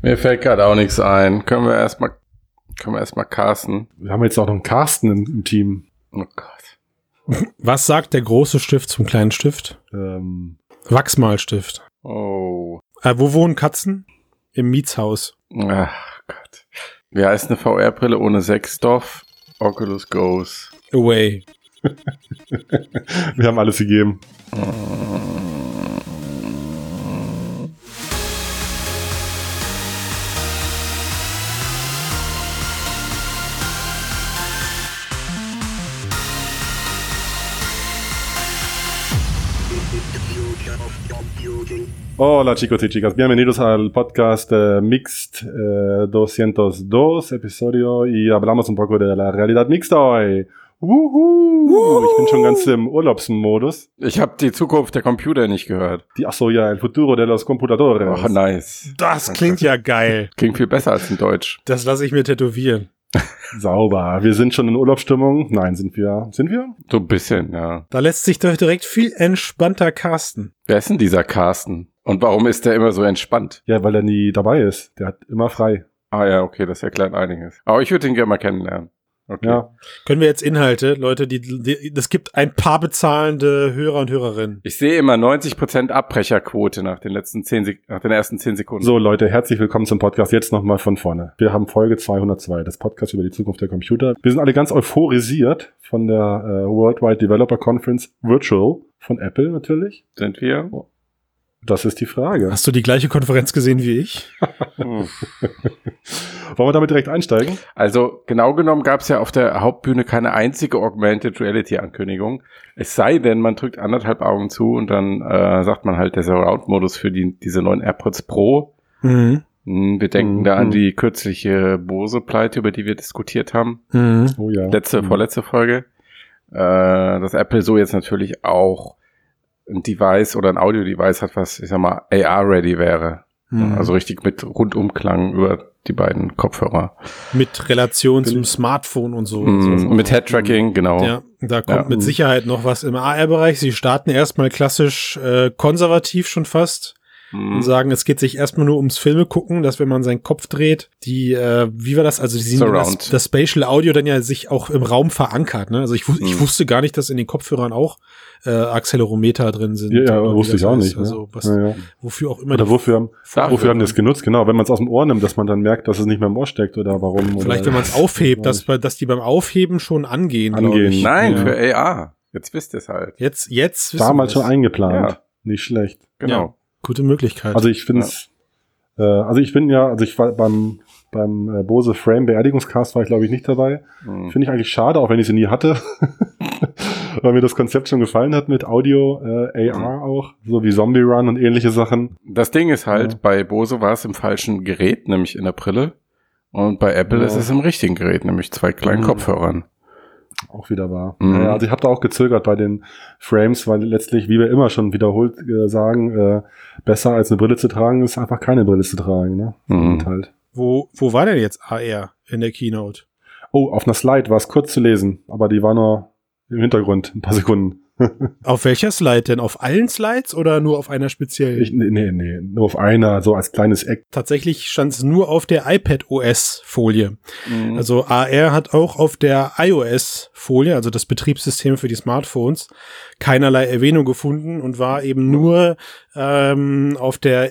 Mir fällt gerade auch nichts ein. Können wir erstmal casten? Wir haben jetzt auch noch einen Carsten im Team. Oh Gott. Was sagt der große Stift zum kleinen Stift? Wachsmalstift. Oh. Wo wohnen Katzen? Im Mietshaus. Ach Gott. Wie heißt eine VR-Brille ohne Sexstoff? Oculus Goes. Away. Wir haben alles gegeben. Hola chicos y chicas, bienvenidos al podcast Mixed 202 episodio y hablamos un poco de la realidad mixta hoy. Ich bin schon ganz im Urlaubsmodus. Ich habe die Zukunft der Computer nicht gehört. Achso, ja, el futuro de los computadores. Oh, nice. Das klingt ja geil. Klingt viel besser als in Deutsch. Das lasse ich mir tätowieren. Sauber. Wir sind schon in Urlaubsstimmung. Nein, sind wir? Sind wir? So ein bisschen, ja. Da lässt sich doch direkt viel entspannter casten. Wer ist denn dieser Carsten? Und warum ist der immer so entspannt? Ja, weil er nie dabei ist. Der hat immer frei. Ah ja, okay, das erklärt einiges. Aber ich würde ihn gerne mal kennenlernen. Okay. Ja. Können wir jetzt Inhalte, Leute, es gibt ein paar bezahlende Hörer und Hörerinnen. Ich sehe immer 90% Abbrecherquote nach den ersten 10 Sekunden. So Leute, herzlich willkommen zum Podcast. Jetzt nochmal von vorne. Wir haben Folge 202, das Podcast über die Zukunft der Computer. Wir sind alle ganz euphorisiert von der Worldwide Developer Conference Virtual von Apple natürlich. Sind wir? Das ist die Frage. Hast du die gleiche Konferenz gesehen wie ich? Wollen wir damit direkt einsteigen? Also genau genommen gab es ja auf der Hauptbühne keine einzige Augmented Reality Ankündigung. Es sei denn, man drückt 1,5 Augen zu und dann sagt man halt der Surround-Modus für diese neuen AirPods Pro. Mhm. Wir denken da an die kürzliche Bose-Pleite, über die wir diskutiert haben. Mhm. Oh ja. Vorletzte Folge. Dass Apple so jetzt natürlich auch ein Device oder ein Audio-Device hat, was, ich sag mal, AR-ready wäre. Mhm. Also richtig mit Rundumklang über die beiden Kopfhörer. Mit Relation zum Smartphone und so. Mit Head-Tracking, genau. Ja, da kommt mit Sicherheit noch was im AR-Bereich. Sie starten erstmal klassisch konservativ schon fast. Und sagen, es geht sich erstmal nur ums Filme gucken, dass wenn man seinen Kopf dreht, wie war das? Also das Spatial Audio dann ja sich auch im Raum verankert, ne? Also ich wusste gar nicht, dass in den Kopfhörern auch Accelerometer drin sind. Ja, wusste ich auch nicht. Also wofür auch immer. Oder wofür haben die es genutzt? Genau, wenn man es aus dem Ohr nimmt, dass man dann merkt, dass es nicht mehr im Ohr steckt oder warum. Vielleicht, wenn man es aufhebt, dass die beim Aufheben schon angehen. Nein, für AR. Jetzt wisst ihr es halt. Jetzt wissen damals schon eingeplant. Ja. Nicht schlecht. Genau. Ja. Gute Möglichkeit. Also ich finde es, ich war beim Bose Frame Beerdigungscast war ich glaube ich nicht dabei. Finde ich eigentlich schade, auch wenn ich sie nie hatte. Weil mir das Konzept schon gefallen hat mit Audio, AR auch, so wie Zombie Run und ähnliche Sachen. Das Ding ist halt, bei Bose war es im falschen Gerät, nämlich in der Brille. Und bei Apple ist es im richtigen Gerät, nämlich 2 kleinen Kopfhörern. Auch wieder wahr. Ja, also ich habe da auch gezögert bei den Frames, weil letztlich, wie wir immer schon wiederholt sagen, besser als eine Brille zu tragen, ist einfach keine Brille zu tragen. Ne? Halt. Wo war denn jetzt AR in der Keynote? Oh, auf einer Slide war es kurz zu lesen, aber die war nur im Hintergrund, ein paar Sekunden. Auf welcher Slide denn? Auf allen Slides oder nur auf einer speziellen? Nee, nur auf einer, so als kleines Eck. Tatsächlich stand es nur auf der iPadOS-Folie. Also AR hat auch auf der iOS-Folie, also das Betriebssystem für die Smartphones, keinerlei Erwähnung gefunden und war eben nur auf der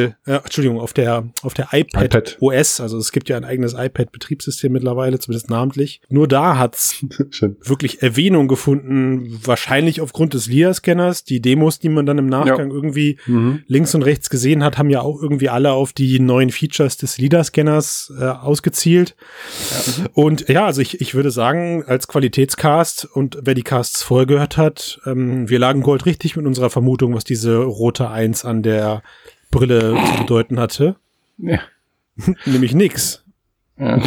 auf der iPadOS, also es gibt ja ein eigenes iPad-Betriebssystem mittlerweile, zumindest namentlich. Nur da hat's wirklich Erwähnung gefunden, wahrscheinlich aufgrund des LIDAR-Scanners. Die Demos, die man dann im Nachgang irgendwie links und rechts gesehen hat, haben ja auch irgendwie alle auf die neuen Features des LIDAR-Scanners ausgezielt. Ja. Und ja, also ich würde sagen, als Qualitätscast und wer die Casts vorher gehört hat, wir lagen goldrichtig mit unserer Vermutung, was diese rote 1 an der Brille zu bedeuten hatte. Ja. Nämlich nix. Ja.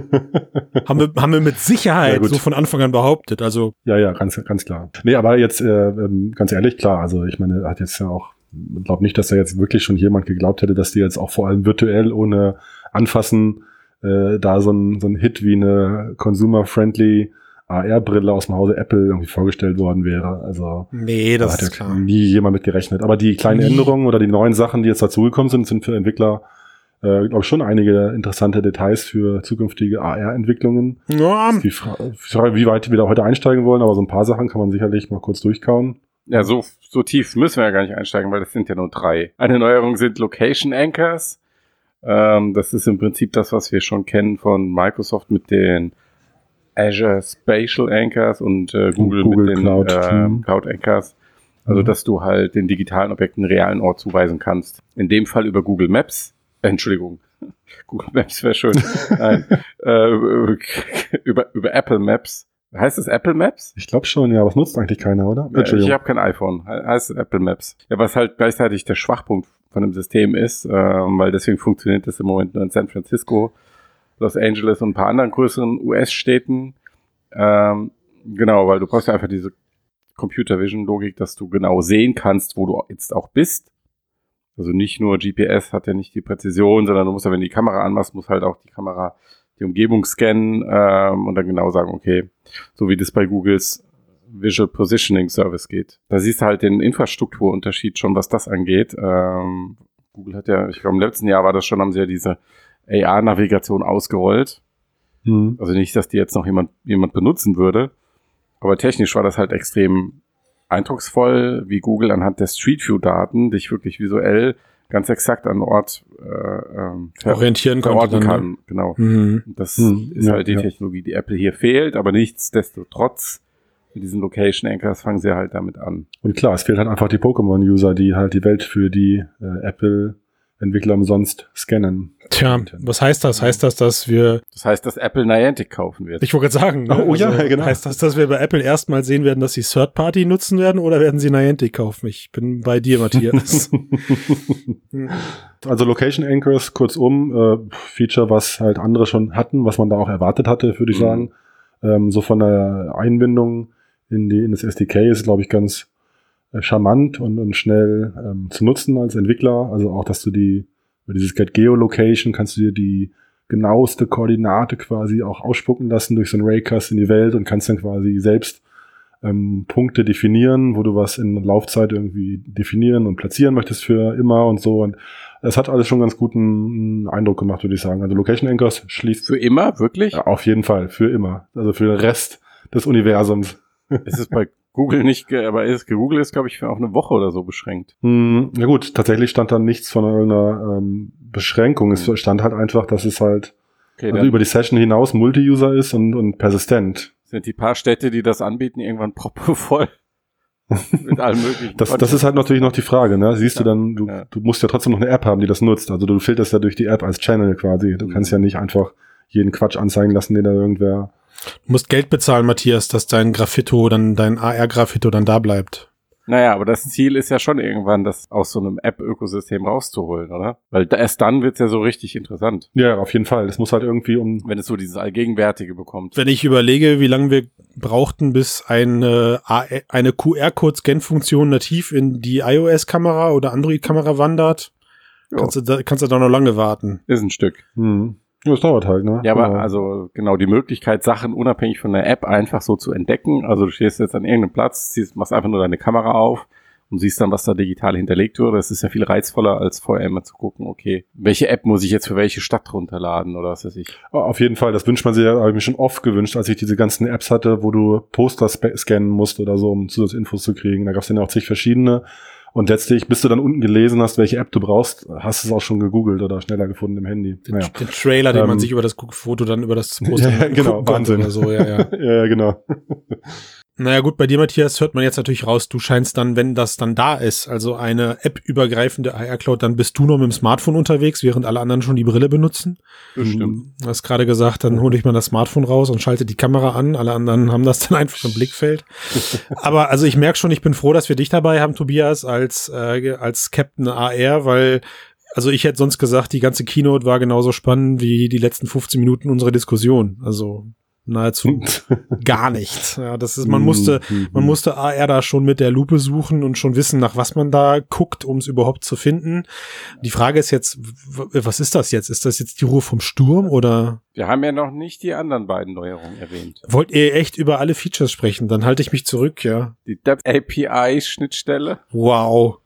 haben wir mit Sicherheit so von Anfang an behauptet. Also ja, ganz klar. Nee, aber jetzt ganz ehrlich, klar, also ich meine, hat jetzt ja auch, ich glaube nicht, dass da jetzt wirklich schon jemand geglaubt hätte, dass die jetzt auch vor allem virtuell ohne Anfassen da so ein Hit wie eine consumer-friendly AR-Brille aus dem Hause Apple irgendwie vorgestellt worden wäre. Also nee, das ist klar. Nie jemand mit gerechnet. Aber die kleinen Änderungen oder die neuen Sachen, die jetzt dazugekommen sind für Entwickler glaube ich, schon einige interessante Details für zukünftige AR-Entwicklungen. Ja. Die Frage, wie weit wir da heute einsteigen wollen, aber so ein paar Sachen kann man sicherlich mal kurz durchkauen. Ja, so tief müssen wir ja gar nicht einsteigen, weil das sind ja nur 3. Eine Neuerung sind Location Anchors. Das ist im Prinzip das, was wir schon kennen von Microsoft mit den Azure Spatial Anchors und Google mit den Cloud Anchors. Also, dass du halt den digitalen Objekten einen realen Ort zuweisen kannst. In dem Fall über Google Maps. Entschuldigung. Google Maps wäre schön. Nein. Über Apple Maps. Heißt es Apple Maps? Ich glaube schon, ja, aber es nutzt eigentlich keiner, oder? Ich habe kein iPhone. Heißt es Apple Maps. Ja, was halt gleichzeitig der Schwachpunkt von dem System ist, weil deswegen funktioniert das im Moment nur in San Francisco, Los Angeles und ein paar anderen größeren US-Städten. Genau, weil du brauchst ja einfach diese Computer Vision Logik, dass du genau sehen kannst, wo du jetzt auch bist. Also nicht nur GPS hat ja nicht die Präzision, sondern du musst ja, wenn du die Kamera anmachst, muss halt auch die Kamera die Umgebung scannen und dann genau sagen, okay, so wie das bei Googles Visual Positioning Service geht. Da siehst du halt den Infrastrukturunterschied schon, was das angeht. Google hat ja, ich glaube im letzten Jahr war das schon, haben sie ja diese AR-Navigation ausgerollt. Also nicht, dass die jetzt noch jemand benutzen würde, aber technisch war das halt extrem eindrucksvoll, wie Google anhand der Street View-Daten dich wirklich visuell ganz exakt an Ort orientieren kann. Ne? Genau. Das ist halt die Technologie, die Apple hier fehlt, aber nichtsdestotrotz mit diesen Location Anchors fangen sie halt damit an. Und klar, es fehlt halt einfach die Pokémon-User, die halt die Welt für die Apple-Entwickler umsonst scannen. Tja, was heißt das? Heißt das, dass wir... Das heißt, dass Apple Niantic kaufen wird. Ich wollte gerade sagen. Ne? Oh ja, genau. Heißt das, dass wir bei Apple erstmal sehen werden, dass sie Third-Party nutzen werden oder werden sie Niantic kaufen? Ich bin bei dir, Matthias. Also Location Anchors, kurzum, Feature, was halt andere schon hatten, was man da auch erwartet hatte, würde ich sagen. So von der Einbindung in das SDK ist, glaube ich, ganz charmant und schnell zu nutzen als Entwickler. Also auch, dass du über dieses Get Geolocation kannst du dir die genaueste Koordinate quasi auch ausspucken lassen durch so ein Raycast in die Welt und kannst dann quasi selbst Punkte definieren, wo du was in Laufzeit irgendwie definieren und platzieren möchtest für immer und so. Und es hat alles schon ganz guten Eindruck gemacht, würde ich sagen. Also Location Anchors schließt... Für immer? Wirklich? Ja, auf jeden Fall, für immer. Also für den Rest des Universums. Ist es bei Google nicht, aber Google ist, glaube ich, auf eine Woche oder so beschränkt. Ja gut, tatsächlich stand da nichts von irgendeiner Beschränkung. Es stand halt einfach, dass es halt über die Session hinaus Multi-User ist und persistent. Sind die paar Städte, die das anbieten, irgendwann proppevoll? Mit allem möglichen. Das ist halt natürlich noch die Frage, ne? Siehst du dann, du musst ja trotzdem noch eine App haben, die das nutzt. Also du filterst ja durch die App als Channel quasi. Du kannst ja nicht einfach jeden Quatsch anzeigen lassen, den da irgendwer... Du musst Geld bezahlen, Matthias, dass dein AR-Graffito dann da bleibt. Naja, aber das Ziel ist ja schon irgendwann, das aus so einem App-Ökosystem rauszuholen, oder? Weil erst dann wird's ja so richtig interessant. Ja, auf jeden Fall. Das muss halt irgendwie wenn es so dieses Allgegenwärtige bekommt. Wenn ich überlege, wie lange wir brauchten, bis eine QR-Code-Scan-Funktion nativ in die iOS-Kamera oder Android-Kamera wandert, kannst du da noch lange warten. Ist ein Stück. Ja, es dauert halt, ne? Ja, aber also genau die Möglichkeit, Sachen unabhängig von der App einfach so zu entdecken. Also du stehst jetzt an irgendeinem Platz, machst einfach nur deine Kamera auf und siehst dann, was da digital hinterlegt wurde. Das ist ja viel reizvoller, als vorher immer zu gucken, okay, welche App muss ich jetzt für welche Stadt runterladen oder was weiß ich. Auf jeden Fall, das wünscht man sich ja, habe ich mir schon oft gewünscht, als ich diese ganzen Apps hatte, wo du Poster scannen musst oder so, um Zusatzinfos zu kriegen. Da gab es dann ja auch zig verschiedene. Und letztlich, bis du dann unten gelesen hast, welche App du brauchst, hast du es auch schon gegoogelt oder schneller gefunden im Handy. Den Trailer, den man sich über das Foto dann über das Poster genau, Wahnsinn. Oder so, ja, genau. Naja gut, bei dir, Matthias, hört man jetzt natürlich raus, du scheinst dann, wenn das dann da ist, also eine App-übergreifende AR-Cloud, dann bist du noch mit dem Smartphone unterwegs, während alle anderen schon die Brille benutzen. Bestimmt. Du hast gerade gesagt, dann hole ich mal das Smartphone raus und schalte die Kamera an, alle anderen haben das dann einfach im Blickfeld. Aber also ich merke schon, ich bin froh, dass wir dich dabei haben, Tobias, als Captain AR, weil also ich hätte sonst gesagt, die ganze Keynote war genauso spannend wie die letzten 15 Minuten unserer Diskussion. Also nahezu gar nichts. Ja, das ist, man musste AR da schon mit der Lupe suchen und schon wissen, nach was man da guckt, um es überhaupt zu finden. Die Frage ist jetzt, was ist das jetzt? Ist das jetzt die Ruhe vom Sturm oder? Wir haben ja noch nicht die anderen beiden Neuerungen erwähnt. Wollt ihr echt über alle Features sprechen? Dann halte ich mich zurück, ja. Die Depth API-Schnittstelle. Wow.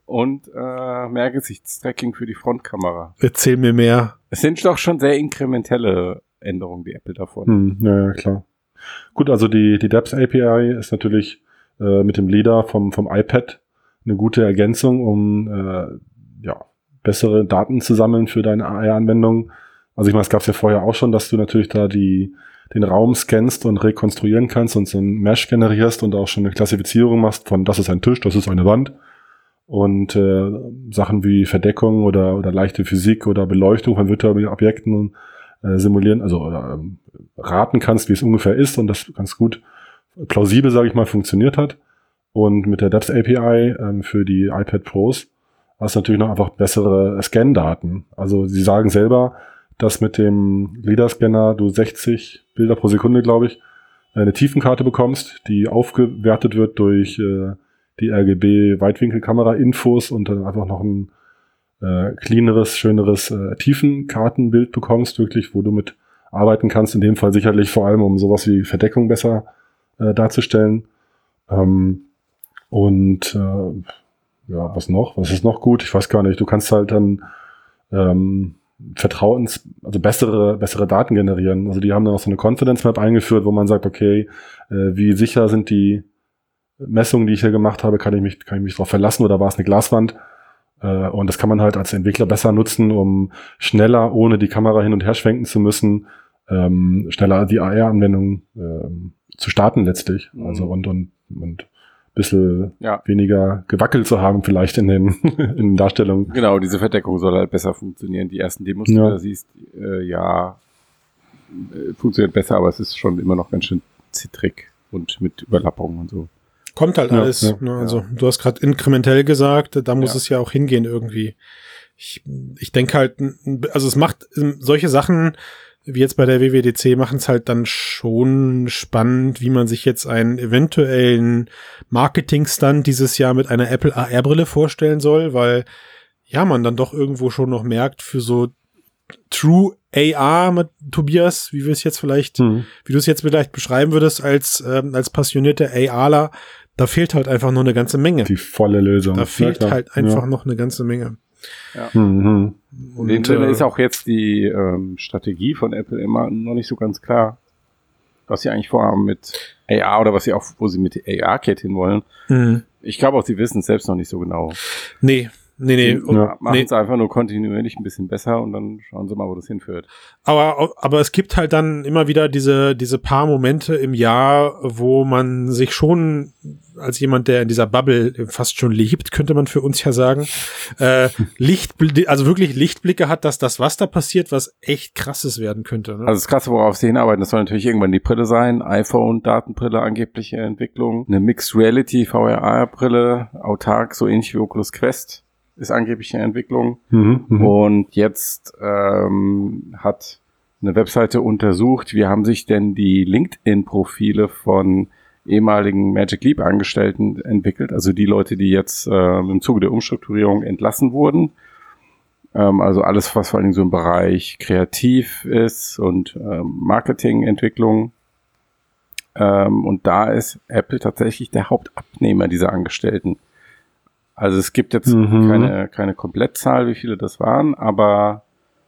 und mehr Gesichtstracking für die Frontkamera. Erzähl mir mehr. Es sind doch schon sehr inkrementelle Änderungen, die Apple davon. Ja, klar. Gut, also die Depth API ist natürlich mit dem LiDAR vom iPad eine gute Ergänzung, um bessere Daten zu sammeln für deine AR-Anwendung. Also ich meine, es gab es ja vorher auch schon, dass du natürlich da den Raum scannst und rekonstruieren kannst und so ein Mesh generierst und auch schon eine Klassifizierung machst von das ist ein Tisch, das ist eine Wand. Und Sachen wie Verdeckung oder leichte Physik oder Beleuchtung von virtuellen Objekten simulieren, also raten kannst, wie es ungefähr ist und das ganz gut plausibel, sage ich mal, funktioniert hat. Und mit der Depth API für die iPad Pros hast du natürlich noch einfach bessere Scan-Daten. Also sie sagen selber, dass mit dem LiDAR-Scanner du 60 Bilder pro Sekunde, glaube ich, eine Tiefenkarte bekommst, die aufgewertet wird durch die RGB-Weitwinkelkamera-Infos und dann einfach noch ein cleaneres, schöneres Tiefenkartenbild bekommst, wirklich, wo du mit arbeiten kannst. In dem Fall sicherlich vor allem, um sowas wie Verdeckung besser darzustellen. Was noch? Was ist noch gut? Ich weiß gar nicht. Du kannst halt dann bessere Daten generieren. Also die haben dann auch so eine Confidence Map eingeführt, wo man sagt, okay, wie sicher sind die Messungen, die ich hier gemacht habe, kann ich mich darauf verlassen oder war es eine Glaswand? Und das kann man halt als Entwickler besser nutzen, um schneller, ohne die Kamera hin und her schwenken zu müssen, schneller die AR-Anwendung zu starten letztlich. Also und ein bisschen weniger gewackelt zu haben vielleicht in den Darstellungen. Genau, diese Verdeckung soll halt besser funktionieren. Die ersten Demos, die du da siehst, funktioniert besser, aber es ist schon immer noch ganz schön zittrig und mit Überlappungen und so. Kommt halt alles. Ne? Also du hast gerade inkrementell gesagt, da muss es ja auch hingehen irgendwie. Ich denke halt, also es macht solche Sachen wie jetzt bei der WWDC machen es halt dann schon spannend, wie man sich jetzt einen eventuellen Marketing-Stunt dieses Jahr mit einer Apple AR-Brille vorstellen soll, weil man dann doch irgendwo schon noch merkt, für so True AR mit Tobias, wie du es jetzt vielleicht beschreiben würdest als passionierter ARler, da fehlt halt einfach noch eine ganze Menge. Die volle Lösung. Da fehlt halt einfach noch eine ganze Menge. Ja. Und in dem Sinne ist auch jetzt die Strategie von Apple immer noch nicht so ganz klar, was sie eigentlich vorhaben mit AR oder wo sie mit der AR-Kit hinwollen. Ich glaube auch, sie wissen es selbst noch nicht so genau. Nee. Machen es einfach nur kontinuierlich ein bisschen besser und dann schauen sie mal, wo das hinführt. Aber es gibt halt dann immer wieder diese paar Momente im Jahr, wo man sich schon als jemand, der in dieser Bubble fast schon lebt, könnte man für uns ja sagen, wirklich Lichtblicke hat, dass das, was da passiert, was echt Krasses werden könnte. Ne? Also das Krasse, worauf sie hinarbeiten, das soll natürlich irgendwann die Brille sein, iPhone-Datenbrille, angebliche Entwicklung, eine Mixed Reality VR-Brille, autark, so ähnlich wie Oculus Quest. Ist angeblich eine Entwicklung. Und jetzt hat eine Webseite untersucht, wie haben sich denn die LinkedIn-Profile von ehemaligen Magic Leap Angestellten entwickelt, also die Leute, die jetzt im Zuge der Umstrukturierung entlassen wurden. Also alles, was vor allen Dingen so im Bereich kreativ ist und Marketingentwicklung. Und da ist Apple tatsächlich der Hauptabnehmer dieser Angestellten. Also es gibt jetzt keine Komplettzahl, wie viele das waren, aber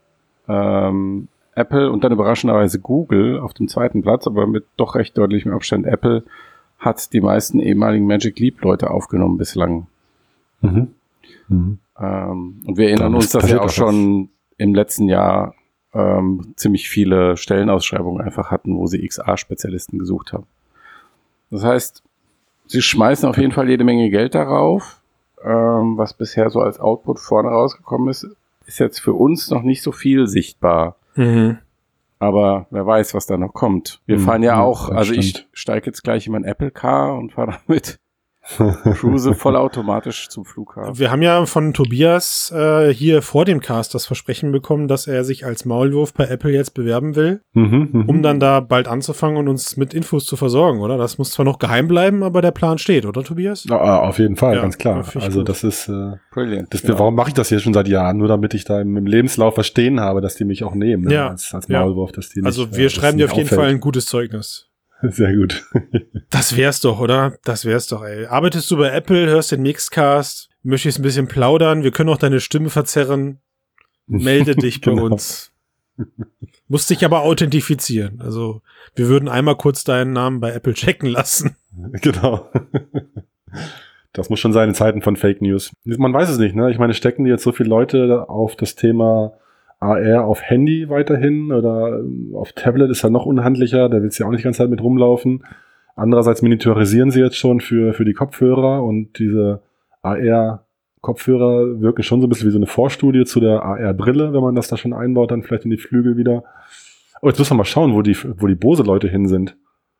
Apple und dann überraschenderweise Google auf dem zweiten Platz, aber mit doch recht deutlichem Abstand. Apple hat die meisten ehemaligen Magic Leap Leute aufgenommen bislang. Und wir erinnern uns, dass wir auch schon im letzten Jahr ziemlich viele Stellenausschreibungen einfach hatten, wo sie XR-Spezialisten gesucht haben. Das heißt, sie schmeißen auf jeden Fall jede Menge Geld darauf. Was bisher so als Output vorne rausgekommen ist jetzt für uns noch nicht so viel sichtbar. Aber wer weiß, was da noch kommt. Wir fahren ja auch, also ich steige jetzt gleich in mein Apple Car und fahre damit cruise vollautomatisch zum Flughafen. Wir haben ja von Tobias hier vor dem Cast das Versprechen bekommen, dass er sich als Maulwurf bei Apple jetzt bewerben will, um dann da bald anzufangen und uns mit Infos zu versorgen, oder? Das muss zwar noch geheim bleiben, aber der Plan steht, oder Tobias? Ja, auf jeden Fall, ganz klar. Also das ist brilliant. Warum mache ich das hier schon seit Jahren? Nur damit ich da im Lebenslauf verstehen habe, dass die mich auch nehmen, ne? als Maulwurf. Dass die nicht, also wir schreiben dir auf jeden Fall ein gutes Zeugnis. Sehr gut. Das wär's doch, oder? Das wär's doch, ey. Arbeitest du bei Apple, hörst den Mixcast, möchtest ein bisschen plaudern, wir können auch deine Stimme verzerren, melde dich bei uns. Musst dich aber authentifizieren. Also wir würden einmal kurz deinen Namen bei Apple checken lassen. Genau. Das muss schon sein in Zeiten von Fake News. Man weiß es nicht, ne? Ich meine, stecken die jetzt so viele Leute auf das Thema AR auf Handy weiterhin oder auf Tablet ist ja noch unhandlicher, da willst du ja auch nicht die ganze Zeit mit rumlaufen. Andererseits miniaturisieren sie jetzt schon für die Kopfhörer und diese AR-Kopfhörer wirken schon so ein bisschen wie so eine Vorstudie zu der AR-Brille, wenn man das da schon einbaut, dann vielleicht in die Flügel wieder. Aber jetzt müssen wir mal schauen, wo die Bose-Leute hin sind.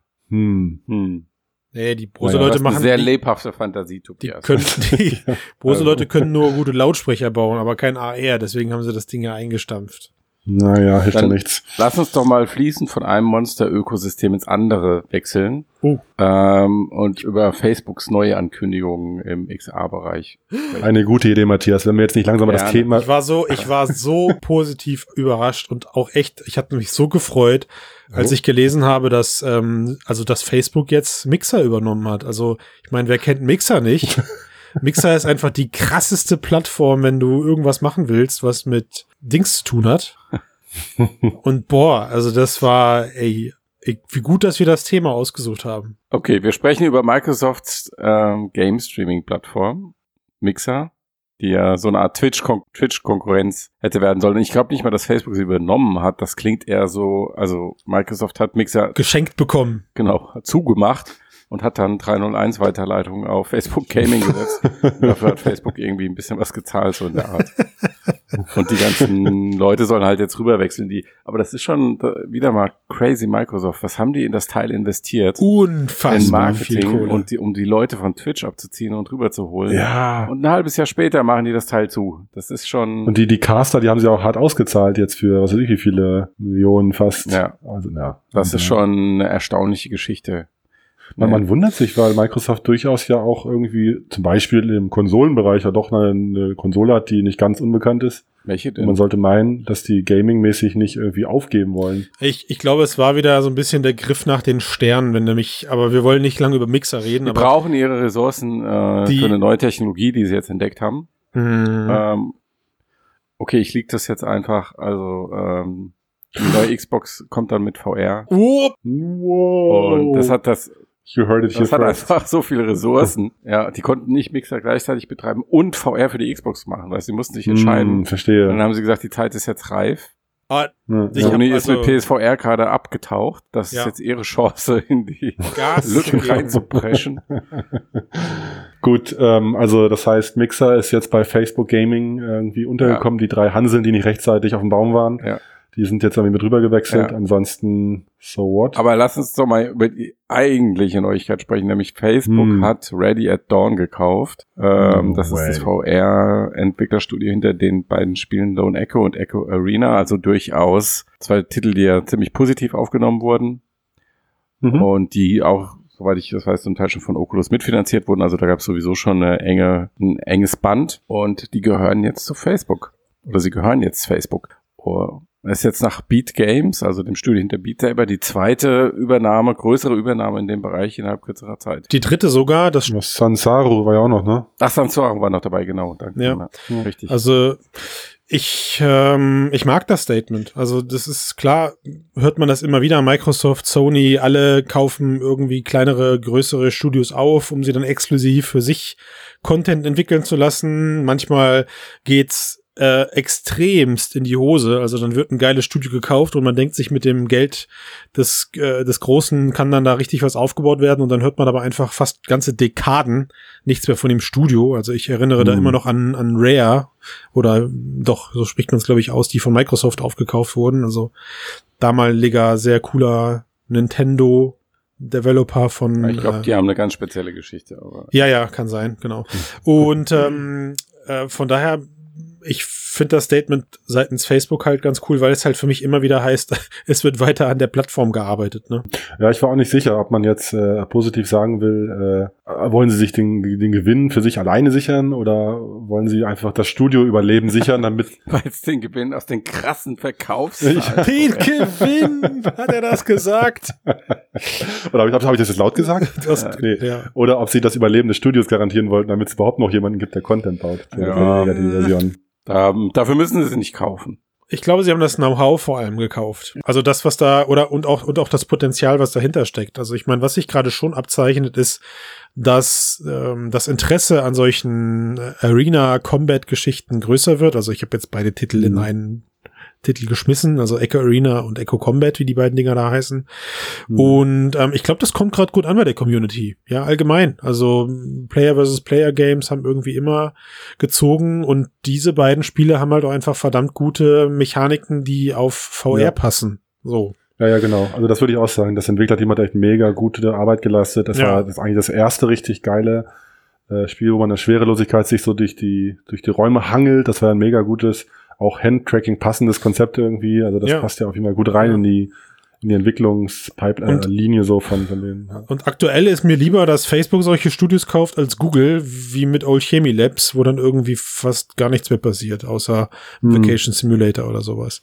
Nee, die Bose-Leute machen... Sehr lebhafte Fantasie, Tobias. Die Bose-Leute können nur gute Lautsprecher bauen, aber kein AR, deswegen haben sie das Ding ja eingestampft. Naja, hilft ja nichts. Lass uns doch mal fließend von einem Monster-Ökosystem ins andere wechseln und über Facebooks neue Ankündigungen im XR-Bereich sprechen. Eine gute Idee, Matthias, wenn wir jetzt nicht langsam mal das Thema... Ich war so positiv überrascht und auch echt, ich hatte mich so gefreut, als ich gelesen habe, dass Facebook jetzt Mixer übernommen hat. Also, ich meine, wer kennt Mixer nicht? Mixer ist einfach die krasseste Plattform, wenn du irgendwas machen willst, was mit Dings zu tun hat. Und also das war, wie gut, dass wir das Thema ausgesucht haben. Okay, wir sprechen über Microsofts Game-Streaming-Plattform, Mixer, die ja so eine Art Twitch-Konkurrenz hätte werden sollen. Und ich glaube nicht mal, dass Facebook sie übernommen hat. Das klingt eher so, also Microsoft hat Mixer geschenkt bekommen. Genau, zugemacht. Und hat dann 301 Weiterleitungen auf Facebook Gaming gesetzt. Und dafür hat Facebook irgendwie ein bisschen was gezahlt, so in der Art. Und die ganzen Leute sollen halt jetzt rüberwechseln. Aber das ist schon wieder mal crazy Microsoft. Was haben die in das Teil investiert? Unfassbar in Marketing viel Kohle. und um die Leute von Twitch abzuziehen und rüberzuholen. Ja. Und ein halbes Jahr später machen die das Teil zu. Das ist schon... Und die Caster, die haben sie auch hart ausgezahlt jetzt für, was weiß ich, wie viele Millionen fast. Ja. Also, ja. Das ist schon eine erstaunliche Geschichte. Man wundert sich, weil Microsoft durchaus ja auch irgendwie, zum Beispiel im Konsolenbereich, ja doch eine Konsole hat, die nicht ganz unbekannt ist. Welche denn? Und man sollte meinen, dass die gamingmäßig nicht irgendwie aufgeben wollen. Ich glaube, es war wieder so ein bisschen der Griff nach den Sternen, aber wir wollen nicht lange über Mixer reden. Die brauchen ihre Ressourcen für eine neue Technologie, die sie jetzt entdeckt haben. Okay, ich liege das jetzt einfach, also die neue Xbox kommt dann mit VR. Wow. Und das hat hat einfach so viele Ressourcen. Ja, die konnten nicht Mixer gleichzeitig betreiben und VR für die Xbox machen, weil sie mussten sich entscheiden. Verstehe. Und dann haben sie gesagt, die Zeit ist jetzt reif. Sony ist mit PSVR-Kader abgetaucht. Das ist jetzt ihre Chance, in die Lücken reinzupreschen. Gut, also das heißt, Mixer ist jetzt bei Facebook Gaming irgendwie untergekommen. Die 3 Hanseln, die nicht rechtzeitig auf dem Baum waren. Ja. Die sind jetzt irgendwie mit rüber gewechselt. Ja. Ansonsten, so what? Aber lass uns doch mal über die eigentliche Neuigkeit sprechen. Nämlich Facebook hat Ready at Dawn gekauft. Das ist das VR-Entwicklerstudio hinter den beiden Spielen Lone Echo und Echo Arena. Also durchaus 2 Titel, die ja ziemlich positiv aufgenommen wurden. Und die auch, soweit ich das weiß, zum Teil schon von Oculus mitfinanziert wurden. Also da gab es sowieso schon ein enges Band. Und die gehören jetzt zu Facebook. Oder sie gehören jetzt Facebook. Das ist jetzt nach Beat Games, also dem Studio hinter Beat Saber, die zweite größere Übernahme in dem Bereich innerhalb kürzerer Zeit. Die dritte sogar. Das Sanzaru war ja auch noch, ne? Ach, Sanzaru war noch dabei, genau. Danke. Ja. Richtig. Also ich mag das Statement. Also das ist klar, hört man das immer wieder. Microsoft, Sony, alle kaufen irgendwie kleinere, größere Studios auf, um sie dann exklusiv für sich Content entwickeln zu lassen. Manchmal geht's extremst in die Hose. Also dann wird ein geiles Studio gekauft und man denkt sich, mit dem Geld des Großen kann dann da richtig was aufgebaut werden und dann hört man aber einfach fast ganze Dekaden nichts mehr von dem Studio. Also ich erinnere da immer noch an Rare oder doch, so spricht man es glaube ich aus, die von Microsoft aufgekauft wurden. Also damaliger sehr cooler Nintendo Developer von... Ich glaube, die haben eine ganz spezielle Geschichte. Aber ja, kann sein, genau. Und von daher ich finde das Statement seitens Facebook halt ganz cool, weil es halt für mich immer wieder heißt, es wird weiter an der Plattform gearbeitet, ne? Ja, ich war auch nicht sicher, ob man jetzt positiv sagen will, wollen sie sich den Gewinn für sich alleine sichern oder wollen sie einfach das Studioüberleben sichern, damit... Weil es den Gewinn aus den krassen Verkaufs... Den Gewinn, hat er das gesagt? Oder hab ich das jetzt laut gesagt? Nee. Ja. Oder ob sie das Überleben des Studios garantieren wollten, damit es überhaupt noch jemanden gibt, der Content baut. Ja. Die Version. Dafür müssen sie nicht kaufen. Ich glaube, sie haben das Know-how vor allem gekauft. Also das, was da, und auch das Potenzial, was dahinter steckt. Also ich meine, was sich gerade schon abzeichnet, ist, dass das Interesse an solchen Arena-Combat-Geschichten größer wird. Also ich habe jetzt beide Titel in einen Titel geschmissen, also Echo Arena und Echo Combat, wie die beiden Dinger da heißen. Und ich glaube, das kommt gerade gut an bei der Community. Ja, allgemein. Also Player versus Player Games haben irgendwie immer gezogen und diese beiden Spiele haben halt auch einfach verdammt gute Mechaniken, die auf VR passen. So. Ja, genau. Also das würde ich auch sagen. Das Entwicklerteam hat echt mega gute Arbeit geleistet. Das war eigentlich das erste richtig geile Spiel, wo man in der Schwerelosigkeit sich so durch die Räume hangelt. Das war ein mega gutes, auch Handtracking passendes Konzept irgendwie. Also das passt ja auf jeden Fall gut rein in die Entwicklungspipeline so von denen. Ja. Und aktuell ist mir lieber, dass Facebook solche Studios kauft als Google, wie mit Old Chemie Labs, wo dann irgendwie fast gar nichts mehr passiert, außer Vacation Simulator oder sowas.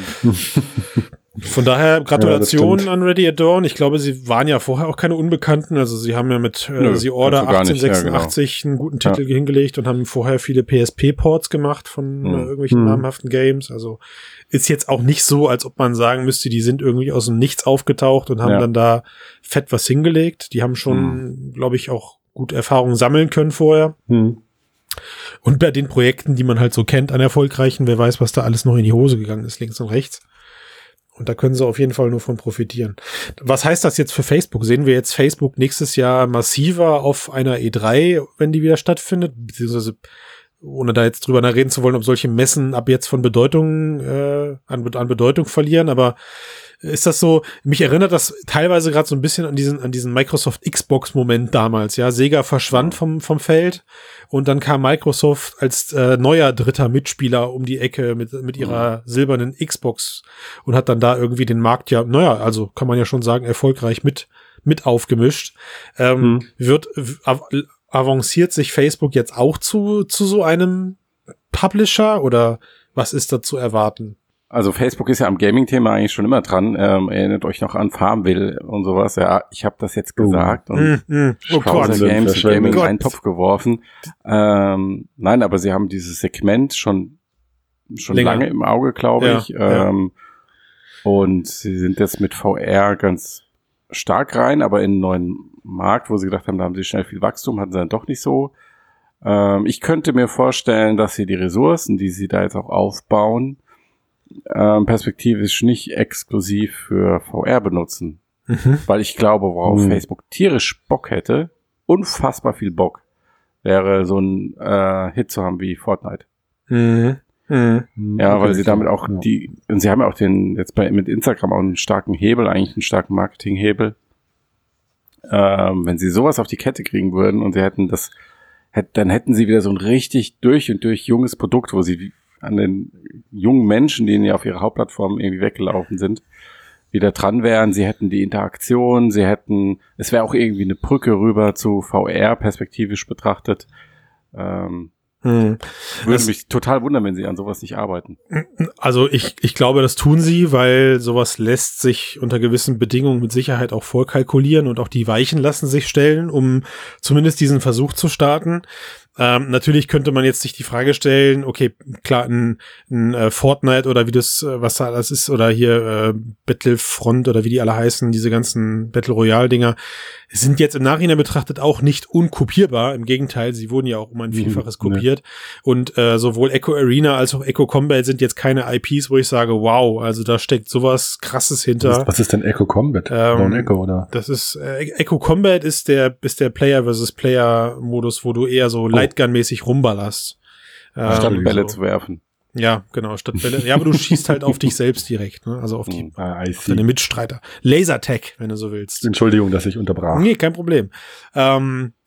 Von daher Gratulation an Ready at Dawn. Ich glaube, sie waren ja vorher auch keine Unbekannten. Also sie haben ja mit The Order 1886 einen guten Titel hingelegt und haben vorher viele PSP-Ports gemacht von irgendwelchen namhaften Games. Also ist jetzt auch nicht so, als ob man sagen müsste, die sind irgendwie aus dem Nichts aufgetaucht und haben dann da fett was hingelegt. Die haben schon, glaube ich, auch gut Erfahrungen sammeln können vorher. Und bei den Projekten, die man halt so kennt an erfolgreichen, wer weiß, was da alles noch in die Hose gegangen ist, links und rechts. Und da können sie auf jeden Fall nur von profitieren. Was heißt das jetzt für Facebook? Sehen wir jetzt Facebook nächstes Jahr massiver auf einer E3, wenn die wieder stattfindet? Beziehungsweise, ohne da jetzt drüber reden zu wollen, ob solche Messen ab jetzt von Bedeutung, an Bedeutung verlieren, aber ist das so, mich erinnert das teilweise gerade so ein bisschen an diesen Microsoft Xbox-Moment damals, ja. Sega verschwand vom Feld und dann kam Microsoft als neuer dritter Mitspieler um die Ecke mit ihrer silbernen Xbox und hat dann da irgendwie den Markt also kann man ja schon sagen, erfolgreich mit aufgemischt. Avanciert sich Facebook jetzt auch zu so einem Publisher oder was ist da zu erwarten? Also Facebook ist ja am Gaming-Thema eigentlich schon immer dran. Erinnert euch noch an Farmville und sowas. Ja, ich habe das jetzt gesagt und Browser Games und Gaming in einen Topf geworfen. Nein, aber sie haben dieses Segment schon lange im Auge, glaube ich. Und sie sind jetzt mit VR ganz stark rein, aber in einen neuen Markt, wo sie gedacht haben, da haben sie schnell viel Wachstum, hatten sie dann doch nicht so. Ich könnte mir vorstellen, dass sie die Ressourcen, die sie da jetzt auch aufbauen, perspektivisch nicht exklusiv für VR benutzen. Weil ich glaube, worauf Facebook tierisch Bock hätte, unfassbar viel Bock, wäre so ein Hit zu haben wie Fortnite. Ja, weil sie damit auch und sie haben ja auch mit Instagram auch einen starken Hebel, eigentlich einen starken Marketinghebel. Wenn sie sowas auf die Kette kriegen würden und sie hätten dann hätten sie wieder so ein richtig durch und durch junges Produkt, wo sie an den jungen Menschen, die ja auf ihrer Hauptplattform irgendwie weggelaufen sind, wieder dran wären. Sie hätten die Interaktion, es wäre auch irgendwie eine Brücke rüber zu VR perspektivisch betrachtet. Würde mich total wundern, wenn sie an sowas nicht arbeiten. Also ich glaube, das tun sie, weil sowas lässt sich unter gewissen Bedingungen mit Sicherheit auch vorkalkulieren und auch die Weichen lassen sich stellen, um zumindest diesen Versuch zu starten. Natürlich könnte man jetzt sich die Frage stellen, okay, klar, ein Fortnite oder was da alles ist, oder hier Battlefront oder wie die alle heißen, diese ganzen Battle Royale-Dinger, sind jetzt im Nachhinein betrachtet auch nicht unkopierbar. Im Gegenteil, sie wurden ja auch um ein Vielfaches kopiert. Und sowohl Echo Arena als auch Echo Combat sind jetzt keine IPs, wo ich sage, wow, also da steckt sowas Krasses hinter. Was ist denn Echo Combat? Echo, oder? Das ist Echo Combat ist der Player versus Player Modus, wo du eher so Lightgun-mäßig rumballerst. Statt Bälle zu werfen. Ja, genau, statt Bälle. Ja, aber du schießt halt auf dich selbst direkt, ne? Also auf deine Mitstreiter. Lasertag, wenn du so willst. Entschuldigung, dass ich unterbrach. Nee, kein Problem.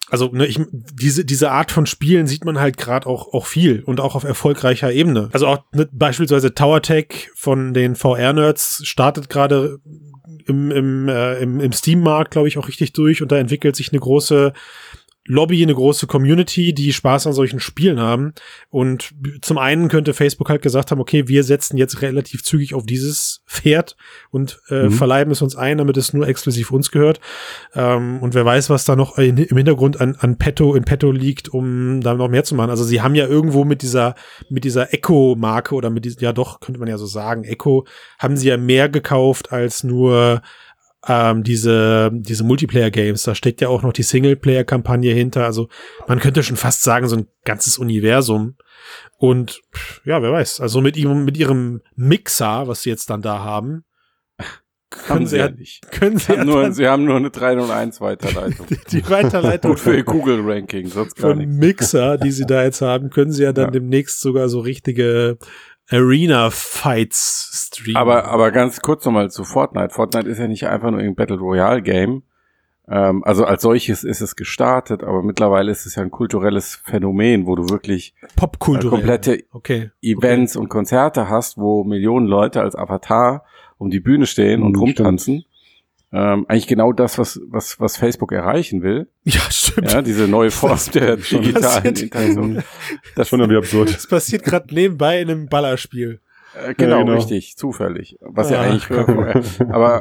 also ne, diese Art von Spielen sieht man halt gerade auch viel und auch auf erfolgreicher Ebene. Also auch ne, beispielsweise Tower Tech von den VR-Nerds startet gerade im Steam-Markt, glaube ich, auch richtig durch und da entwickelt sich eine große Lobby, eine große Community, die Spaß an solchen Spielen haben. Und zum einen könnte Facebook halt gesagt haben, okay, wir setzen jetzt relativ zügig auf dieses Pferd und verleiben es uns ein, damit es nur exklusiv uns gehört. Und wer weiß, was da noch im Hintergrund in petto liegt, um da noch mehr zu machen. Also sie haben ja irgendwo mit dieser Echo-Marke oder ja doch, könnte man ja so sagen, Echo, haben sie ja mehr gekauft als nur diese Multiplayer-Games, da steckt ja auch noch die Singleplayer-Kampagne hinter, also man könnte schon fast sagen, so ein ganzes Universum und ja, wer weiß, also mit ihrem Mixer, was sie jetzt dann da haben, Sie haben nur eine 301 Weiterleitung. Die Weiterleitung gut für ihr Google-Ranking, sonst gar nichts. Mixer, die sie da jetzt haben, können sie ja dann demnächst sogar so richtige Arena-Fights streamen. Aber ganz kurz nochmal zu Fortnite. Fortnite ist ja nicht einfach nur ein Battle Royale-Game. Also als solches ist es gestartet, aber mittlerweile ist es ja ein kulturelles Phänomen, wo du wirklich komplette Events und Konzerte hast, wo Millionen Leute als Avatar um die Bühne stehen und rumtanzen. Eigentlich genau das, was Facebook erreichen will. Ja, stimmt. Ja, diese neue Form der digitalen Interaktion. Das ist schon irgendwie absurd. Das passiert gerade nebenbei in einem Ballerspiel. Genau, richtig, zufällig. Was ja eigentlich aber